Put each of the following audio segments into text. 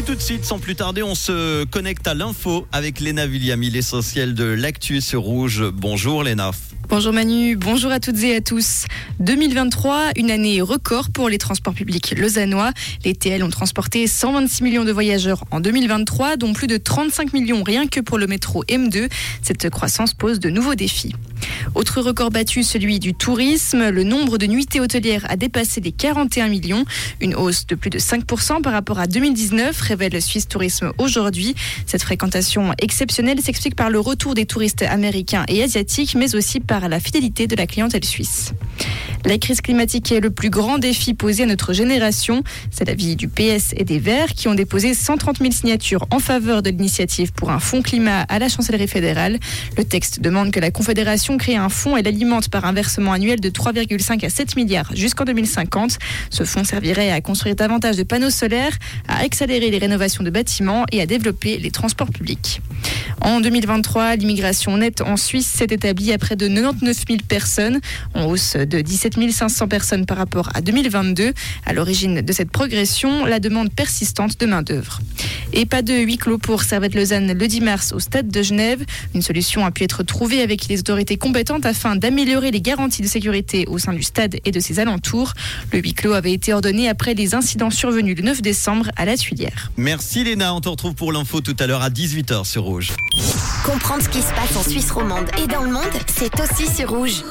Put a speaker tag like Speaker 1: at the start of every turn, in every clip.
Speaker 1: Et tout de suite, sans plus tarder, on se connecte à l'info avec Léna Vulliamy, l'essentiel de l'actu sur Rouge. Bonjour Léna.
Speaker 2: Bonjour Manu, bonjour à toutes et à tous. 2023, une année record pour les transports publics lausannois. Les TL ont transporté 126 millions de voyageurs en 2023, dont plus de 35 millions rien que pour le métro M2. Cette croissance pose de nouveaux défis. Autre record battu, celui du tourisme. Le nombre de nuitées hôtelières a dépassé les 41 millions, une hausse de plus de 5% par rapport à 2019, révèle Suisse Tourisme aujourd'hui. Cette fréquentation exceptionnelle s'explique par le retour des touristes américains et asiatiques, mais aussi par la fidélité de la clientèle suisse. La crise climatique est le plus grand défi posé à notre génération. C'est l'avis du PS et des Verts qui ont déposé 130 000 signatures en faveur de l'initiative pour un fonds climat à la chancellerie fédérale. Le texte demande que la Confédération crée un fonds et l'alimente par un versement annuel de 3,5 à 7 milliards jusqu'en 2050. Ce fonds servirait à construire davantage de panneaux solaires, à accélérer les rénovations de bâtiments et à développer les transports publics. En 2023, l'immigration nette en Suisse s'est établie à près de 99 000 personnes, en hausse de 17 500 personnes par rapport à 2022. À l'origine de cette progression, la demande persistante de main-d'œuvre. Et pas de huis clos pour Servette Lausanne le 10 mars au stade de Genève. Une solution a pu être trouvée avec les autorités compétentes afin d'améliorer les garanties de sécurité au sein du stade et de ses alentours. Le huis clos avait été ordonné après les incidents survenus le 9 décembre à la Tuilière.
Speaker 1: Merci Léna, on te retrouve pour l'info tout à l'heure à 18h sur Rouge.
Speaker 3: Comprendre ce qui se passe en Suisse romande et dans le monde, c'est aussi sur Rouge.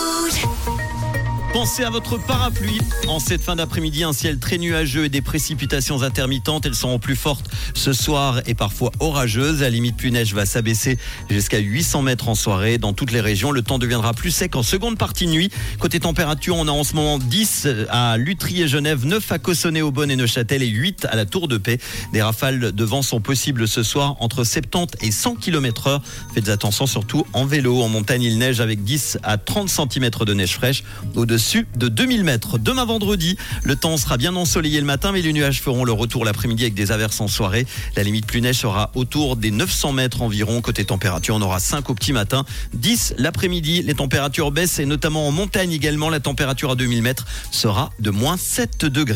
Speaker 1: Pensez à votre parapluie. En cette fin d'après-midi, un ciel très nuageux et des précipitations intermittentes. Elles seront plus fortes ce soir et parfois orageuses. À la limite, plus neige va s'abaisser jusqu'à 800 mètres en soirée. Dans toutes les régions, le temps deviendra plus sec en seconde partie de nuit. Côté température, on a en ce moment 10 à Lutry et Genève, 9 à Cossonay, Aubonne et Neuchâtel et 8 à la Tour de Paix. Des rafales de vent sont possibles ce soir entre 70 et 100 km/h. Faites attention surtout en vélo. En montagne, il neige avec 10 à 30 cm de neige fraîche au-dessus de 2000 mètres. Demain vendredi, le temps sera bien ensoleillé le matin, mais les nuages feront le retour l'après-midi avec des averses en soirée. La limite plus neige sera autour des 900 mètres environ. Côté température, on aura 5 au petit matin, 10 l'après-midi. Les températures baissent et notamment en montagne également. La température à 2000 mètres sera de -7 degrés.